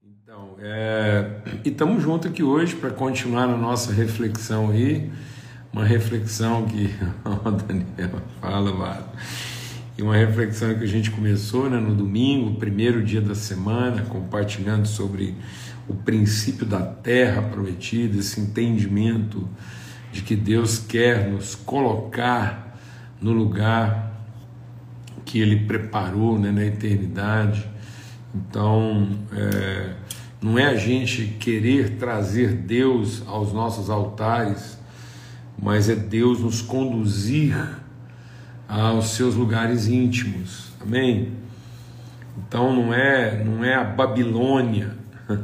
Então, e estamos juntos aqui hoje para continuar a nossa reflexão aí, uma reflexão que, ó, Daniel, fala, Vado, e uma reflexão que a gente começou, né, no domingo, o primeiro dia da semana, compartilhando sobre o princípio da terra prometida, esse entendimento de que Deus quer nos colocar no lugar que Ele preparou, né, na eternidade. Então, não é a gente querer trazer Deus aos nossos altares, mas é Deus nos conduzir aos seus lugares íntimos, amém? Então não é a Babilônia,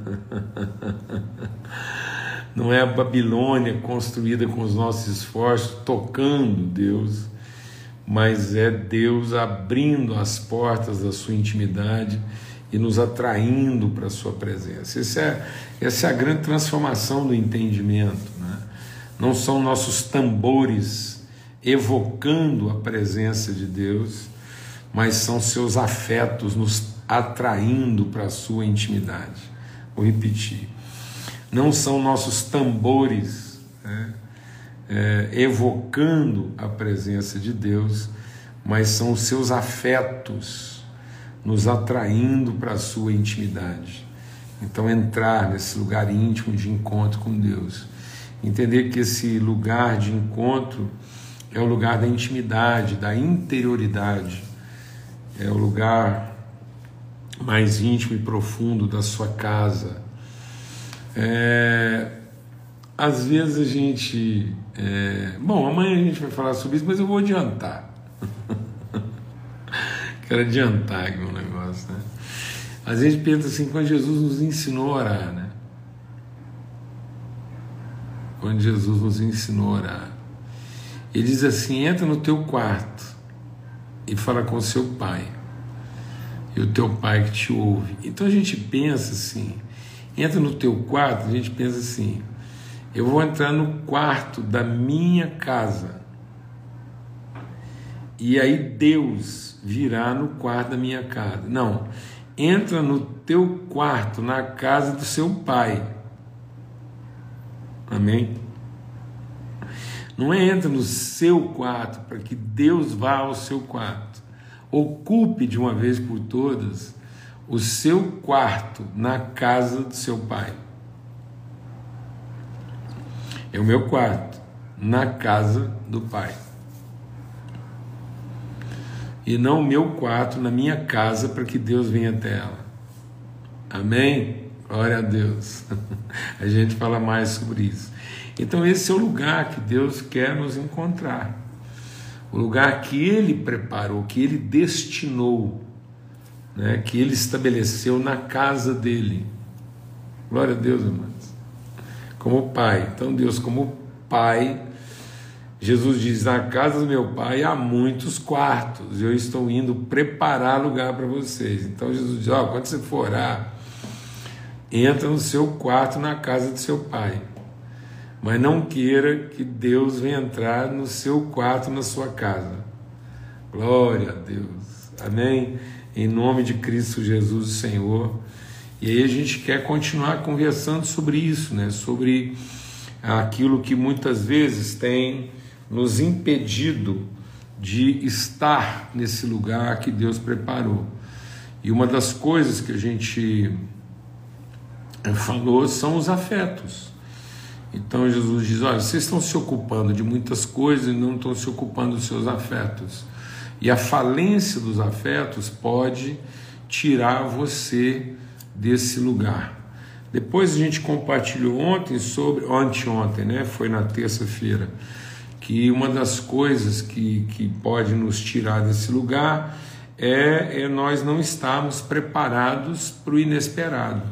não é a Babilônia construída com os nossos esforços, tocando Deus, mas é Deus abrindo as portas da sua intimidade e nos atraindo para a sua presença. Essa é a grande transformação do entendimento, né? Não são nossos tambores evocando a presença de Deus, mas são seus afetos nos atraindo para a sua intimidade. Vou repetir. Não são nossos tambores, né, evocando a presença de Deus, mas são os seus afetos nos atraindo para a sua intimidade. Então, entrar nesse lugar íntimo de encontro com Deus, entender que esse lugar de encontro é o lugar da intimidade, da interioridade, é o lugar mais íntimo e profundo da sua casa. Às vezes a gente... Bom, amanhã a gente vai falar sobre isso, mas eu vou adiantar. Quero adiantar aqui um negócio, né? Às vezes a gente pensa assim, quando Jesus nos ensinou a orar, né? Quando Jesus nos ensinou a orar, Ele diz assim: entra no teu quarto e fala com o seu pai, e o teu pai que te ouve. Então a gente pensa assim, entra no teu quarto, a gente pensa assim, eu vou entrar no quarto da minha casa, e aí Deus virá no quarto da minha casa. Não, entra no teu quarto, na casa do seu pai. Amém? Não é entra no seu quarto para que Deus vá ao seu quarto. Ocupe de uma vez por todas o seu quarto na casa do seu pai. É o meu quarto na casa do pai. E não o meu quarto na minha casa para que Deus venha até ela. Amém? Glória a Deus. A gente fala mais sobre isso. Então esse é o lugar que Deus quer nos encontrar. O lugar que Ele preparou, que Ele destinou, né, que Ele estabeleceu na casa dEle. Glória a Deus, irmãos. Como Pai. Então Deus, como Pai, Jesus diz: na casa do meu Pai há muitos quartos, eu estou indo preparar lugar para vocês. Então Jesus diz: quando você for orar, entra no seu quarto na casa do seu Pai, mas não queira que Deus venha entrar no seu quarto, na sua casa. Glória a Deus, amém? Em nome de Cristo Jesus, o Senhor. E aí a gente quer continuar conversando sobre isso, né? Sobre aquilo que muitas vezes tem nos impedido de estar nesse lugar que Deus preparou. E uma das coisas que a gente falou são os afetos. Então Jesus diz: olha, vocês estão se ocupando de muitas coisas e não estão se ocupando dos seus afetos. E a falência dos afetos pode tirar você desse lugar. Depois a gente compartilhou anteontem, né? Foi na terça-feira, que uma das coisas que pode nos tirar desse lugar é nós não estarmos preparados para o inesperado.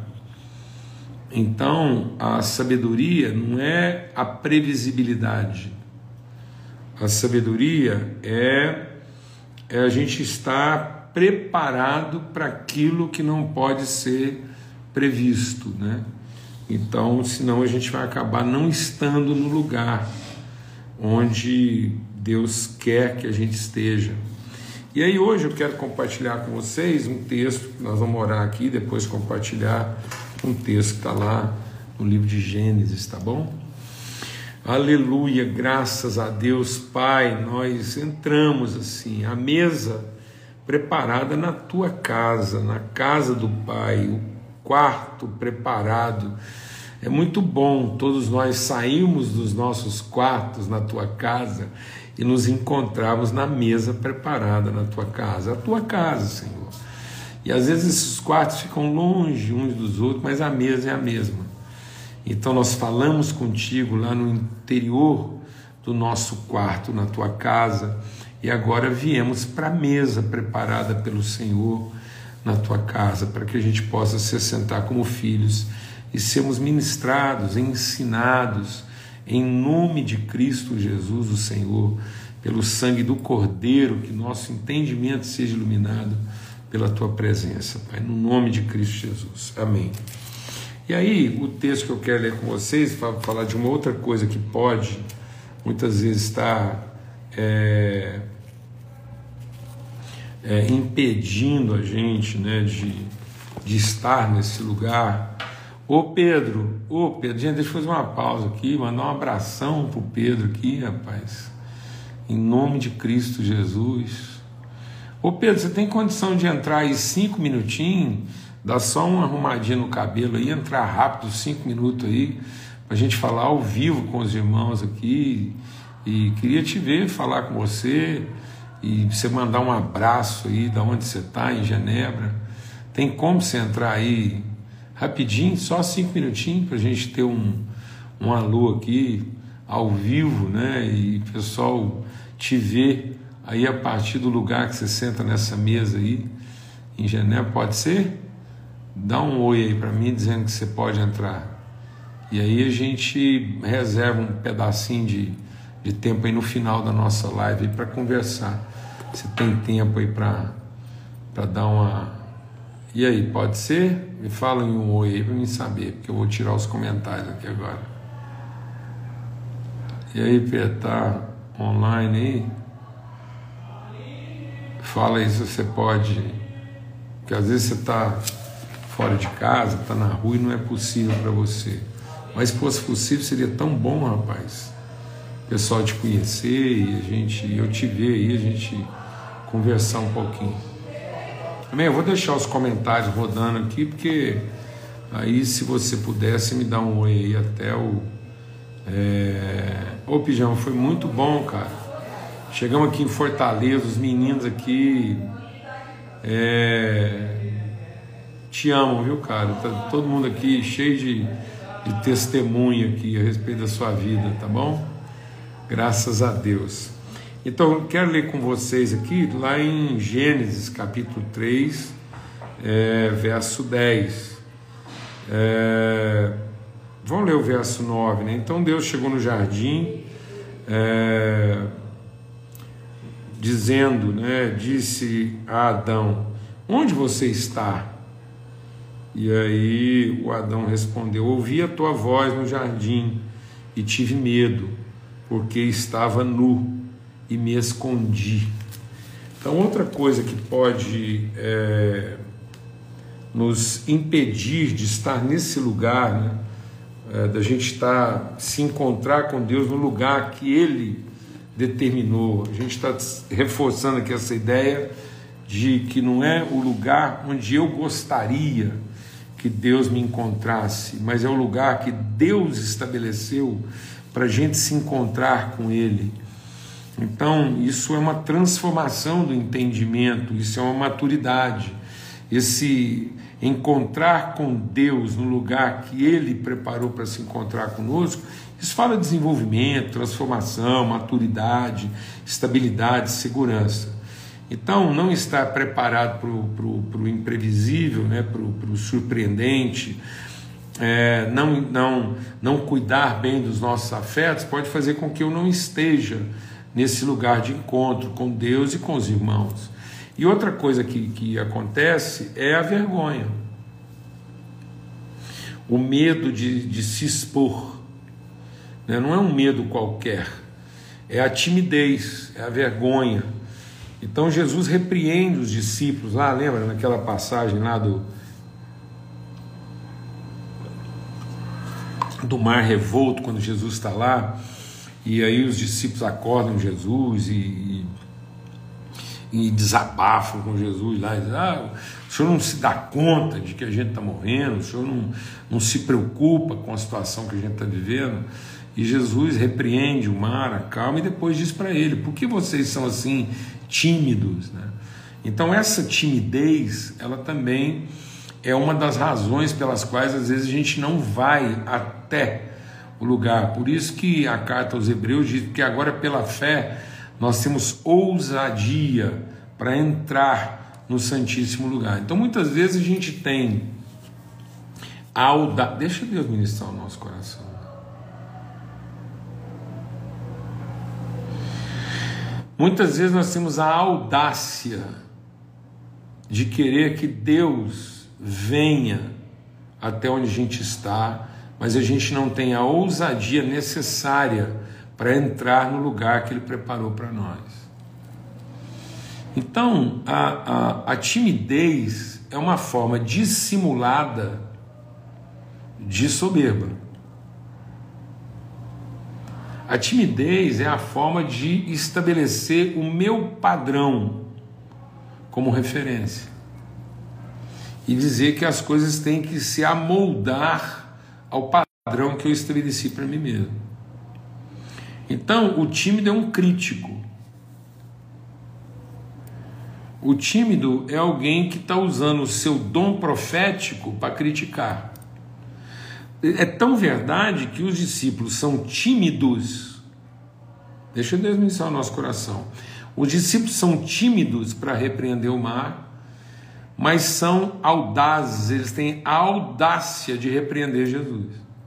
Então, a sabedoria não é a previsibilidade. A sabedoria é a gente estar preparado para aquilo que não pode ser previsto, né? Então, senão a gente vai acabar não estando no lugar onde Deus quer que a gente esteja. E aí hoje eu quero compartilhar com vocês um texto que nós vamos orar aqui, depois compartilhar um texto que está lá no livro de Gênesis, tá bom? Aleluia, graças a Deus, Pai, nós entramos assim, a mesa preparada na tua casa, na casa do Pai, o quarto preparado. É muito bom todos nós sairmos dos nossos quartos na tua casa e nos encontrarmos na mesa preparada na tua casa, a tua casa, Senhor. E às vezes esses quartos ficam longe uns dos outros, mas a mesa é a mesma. Então nós falamos contigo lá no interior do nosso quarto, na tua casa, e agora viemos para a mesa preparada pelo Senhor na tua casa, para que a gente possa se sentar como filhos e sermos ministrados, ensinados, em nome de Cristo Jesus, o Senhor, pelo sangue do Cordeiro, que nosso entendimento seja iluminado pela tua presença, Pai, no nome de Cristo Jesus. Amém. E aí, o texto que eu quero ler com vocês, para falar de uma outra coisa que pode, muitas vezes, estar impedindo a gente, né, de estar nesse lugar. Ô Pedro, gente, deixa eu fazer uma pausa aqui, mandar um abração pro Pedro aqui, rapaz, em nome de Cristo Jesus. Ô Pedro, você tem condição de entrar aí 5 minutinhos, dar só uma arrumadinha no cabelo aí, entrar rápido, 5 minutos aí, pra gente falar ao vivo com os irmãos aqui, e queria te ver, falar com você, e você mandar um abraço aí, da onde você está, em Genebra. Tem como você entrar aí rapidinho, só 5 minutinhos, para a gente ter um alô aqui, ao vivo, né? E o pessoal te ver aí a partir do lugar que você senta nessa mesa aí, em Genebra, pode ser? Dá um oi aí para mim, dizendo que você pode entrar. E aí a gente reserva um pedacinho de tempo aí no final da nossa live para conversar. Você tem tempo aí para dar uma... E aí, pode ser? Me fala em um oi aí para mim saber, porque eu vou tirar os comentários aqui agora. E aí, Pedro, tá online aí? Fala aí se você pode, porque às vezes você está fora de casa, está na rua e não é possível para você. Mas se fosse possível, seria tão bom, rapaz, o pessoal te conhecer e eu te ver aí, a gente conversar um pouquinho. Amém? Eu vou deixar os comentários rodando aqui, porque aí, se você pudesse, me dar um oi aí até o... Ô Pijama, foi muito bom, cara. Chegamos aqui em Fortaleza, os meninos aqui te amam, viu, cara? Tá todo mundo aqui cheio de testemunho aqui a respeito da sua vida, tá bom? Graças a Deus. Então, eu quero ler com vocês aqui, lá em Gênesis, capítulo 3, verso 10. Vamos ler o verso 9, né? Então, Deus chegou no jardim, dizendo, né? Disse a Adão: onde você está? E aí o Adão respondeu: ouvi a tua voz no jardim e tive medo, porque estava nu e me escondi. Então, outra coisa que pode nos impedir de estar nesse lugar, né, da gente se encontrar com Deus no lugar que Ele determinou. A gente está reforçando aqui essa ideia de que não é o lugar onde eu gostaria que Deus me encontrasse, mas é o lugar que Deus estabeleceu para a gente se encontrar com Ele. Então, isso é uma transformação do entendimento, isso é uma maturidade. Esse encontrar com Deus no lugar que Ele preparou para se encontrar conosco, isso fala de desenvolvimento, transformação, maturidade, estabilidade, segurança. Então, não estar preparado para o imprevisível, né, para o surpreendente, não cuidar bem dos nossos afetos, pode fazer com que eu não esteja nesse lugar de encontro com Deus e com os irmãos. E outra coisa que acontece é a vergonha, o medo de se expor, né? Não é um medo qualquer, é a timidez, é a vergonha. Então Jesus repreende os discípulos lá, lembra naquela passagem lá do mar revolto, quando Jesus está lá, e aí os discípulos acordam Jesus e desabafam com Jesus lá, e dizem, o senhor não se dá conta de que a gente está morrendo, o senhor não se preocupa com a situação que a gente está vivendo. E Jesus repreende o mar, acalma, e depois diz para ele, por que vocês são assim tímidos, né? Então essa timidez, ela também é uma das razões pelas quais às vezes a gente não vai até o lugar. Por isso que a carta aos Hebreus diz que agora pela fé nós temos ousadia para entrar no Santíssimo Lugar. Então muitas vezes a gente tem a audácia. Deixa Deus ministrar o nosso coração. Muitas vezes nós temos a audácia de querer que Deus venha até onde a gente está, mas a gente não tem a ousadia necessária para entrar no lugar que Ele preparou para nós. Então, a timidez é uma forma dissimulada de soberba. A timidez é a forma de estabelecer o meu padrão como referência e dizer que as coisas têm que se amoldar ao padrão que eu estabeleci para mim mesmo. Então, o tímido é um crítico. O tímido é alguém que está usando o seu dom profético para criticar. É tão verdade que os discípulos são tímidos. Deixa Deus ministrar o nosso coração. Os discípulos são tímidos para repreender o mar, mas são audazes, eles têm a audácia de repreender Jesus.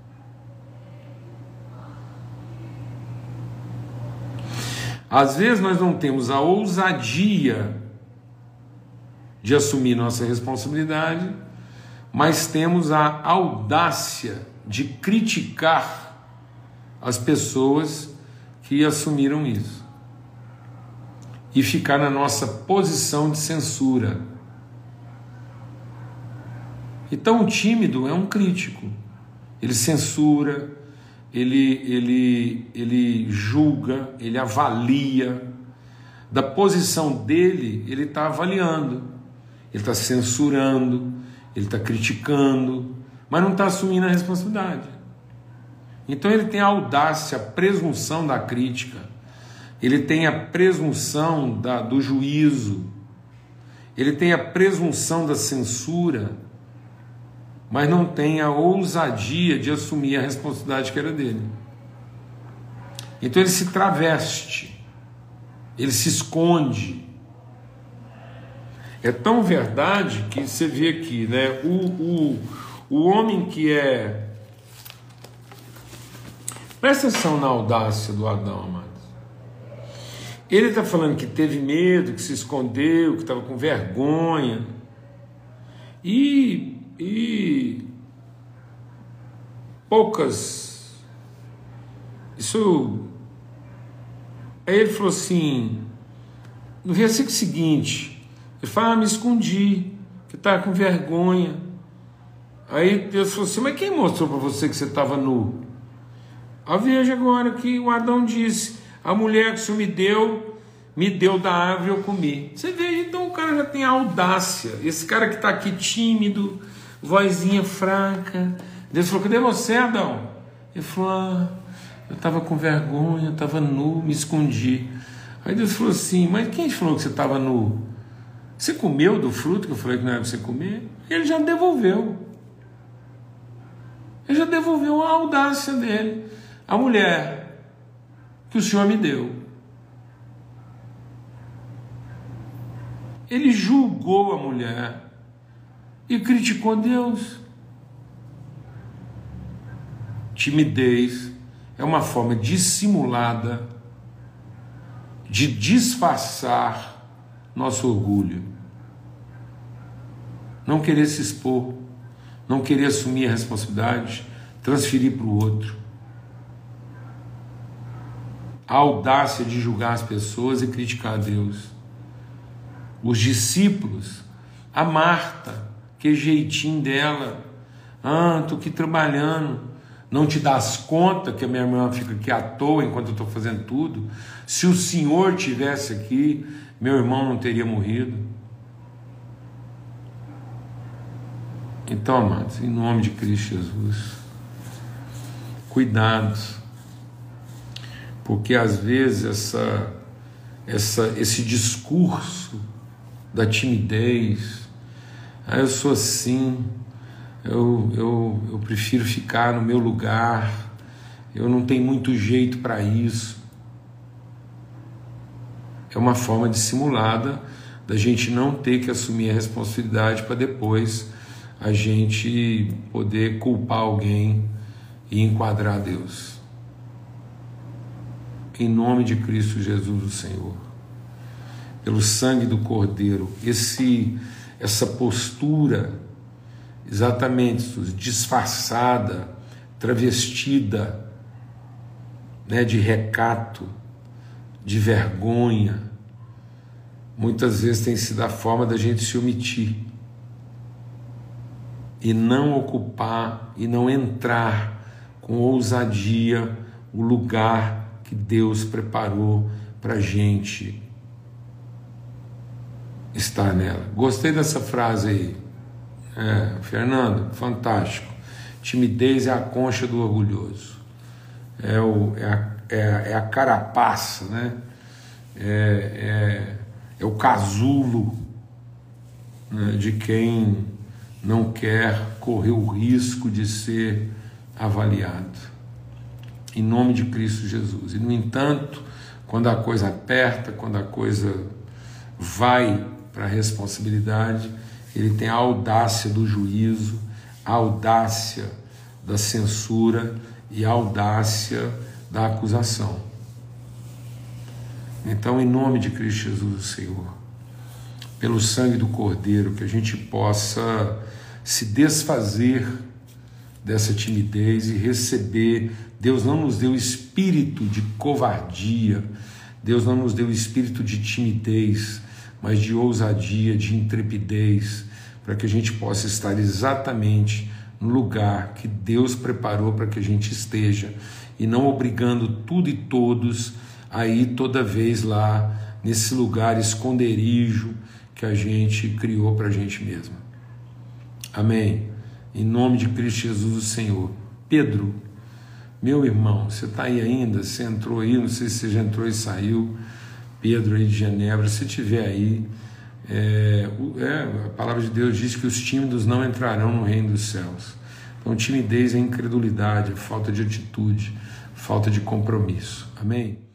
Às vezes nós não temos a ousadia de assumir nossa responsabilidade, mas temos a audácia de criticar as pessoas que assumiram isso e ficar na nossa posição de censura. Então o tímido é um crítico, ele censura, ele julga, ele avalia. Da posição dele, ele está avaliando, ele está censurando, ele está criticando, mas não está assumindo a responsabilidade. Então ele tem a audácia, a presunção da crítica, ele tem a presunção do juízo, ele tem a presunção da censura, mas não tem a ousadia de assumir a responsabilidade que era dele. Então ele se traveste, ele se esconde. É tão verdade que você vê aqui, né? O homem que é... Presta atenção na audácia do Adão, amados. Ele está falando que teve medo, que se escondeu, que estava com vergonha. E poucas... Isso... Aí ele falou assim, no versículo seguinte, ele fala, me escondi, que estava com vergonha. Aí Deus falou assim, mas quem mostrou para você que você estava nu? Veja agora que o Adão disse, a mulher que o Senhor me deu da árvore eu comi. Você vê, então o cara já tem a audácia. Esse cara que está aqui tímido, vozinha fraca. Deus falou, cadê você, Adão? Ele falou, eu estava com vergonha, estava nu, me escondi. Aí Deus falou assim, mas quem falou que você estava nu? Você comeu do fruto que eu falei que não era para você comer? Ele já devolveu. Ele já devolveu a audácia dele. A mulher que o Senhor me deu. Ele julgou a mulher e criticou Deus. Timidez é uma forma dissimulada de disfarçar nosso orgulho. Não querer se expor, não querer assumir a responsabilidade, transferir para o outro. A audácia de julgar as pessoas e criticar a Deus. Os discípulos, a Marta, que jeitinho dela, tô aqui trabalhando, Não te das conta que a minha irmã fica aqui à toa enquanto eu estou fazendo tudo? Se o Senhor tivesse aqui, meu irmão não teria morrido. Então, amados, em nome de Cristo Jesus, cuidado, porque às vezes esse discurso da timidez, eu sou assim, eu prefiro ficar no meu lugar, eu não tenho muito jeito para isso, é uma forma dissimulada da gente não ter que assumir a responsabilidade para depois a gente poder culpar alguém e enquadrar Deus. Em nome de Cristo Jesus, o Senhor, pelo sangue do Cordeiro, essa postura exatamente disfarçada, travestida, né, de recato, de vergonha, muitas vezes tem sido a forma da gente se omitir e não ocupar e não entrar com ousadia o lugar que Deus preparou para a gente estar nela. Gostei dessa frase aí, Fernando, fantástico. Timidez é a concha do orgulhoso, é a carapaça, né? É o casulo, né, de quem não quer correr o risco de ser avaliado. Em nome de Cristo Jesus. E, no entanto, quando a coisa aperta, quando a coisa vai para a responsabilidade, ele tem a audácia do juízo, a audácia da censura e a audácia da acusação. Então, em nome de Cristo Jesus, Senhor, pelo sangue do Cordeiro, que a gente possa se desfazer dessa timidez e receber. Deus não nos deu espírito de covardia, Deus não nos deu espírito de timidez, mas de ousadia, de intrepidez, para que a gente possa estar exatamente no lugar que Deus preparou para que a gente esteja, e não obrigando tudo e todos a ir toda vez lá nesse lugar esconderijo que a gente criou para a gente mesmo. Amém? Em nome de Cristo Jesus, o Senhor. Pedro, meu irmão, você está aí ainda? Você entrou aí? Não sei se você já entrou e saiu. Pedro aí de Genebra, se estiver aí, a palavra de Deus diz que os tímidos não entrarão no reino dos céus. Então, timidez é incredulidade, é falta de atitude, falta de compromisso. Amém?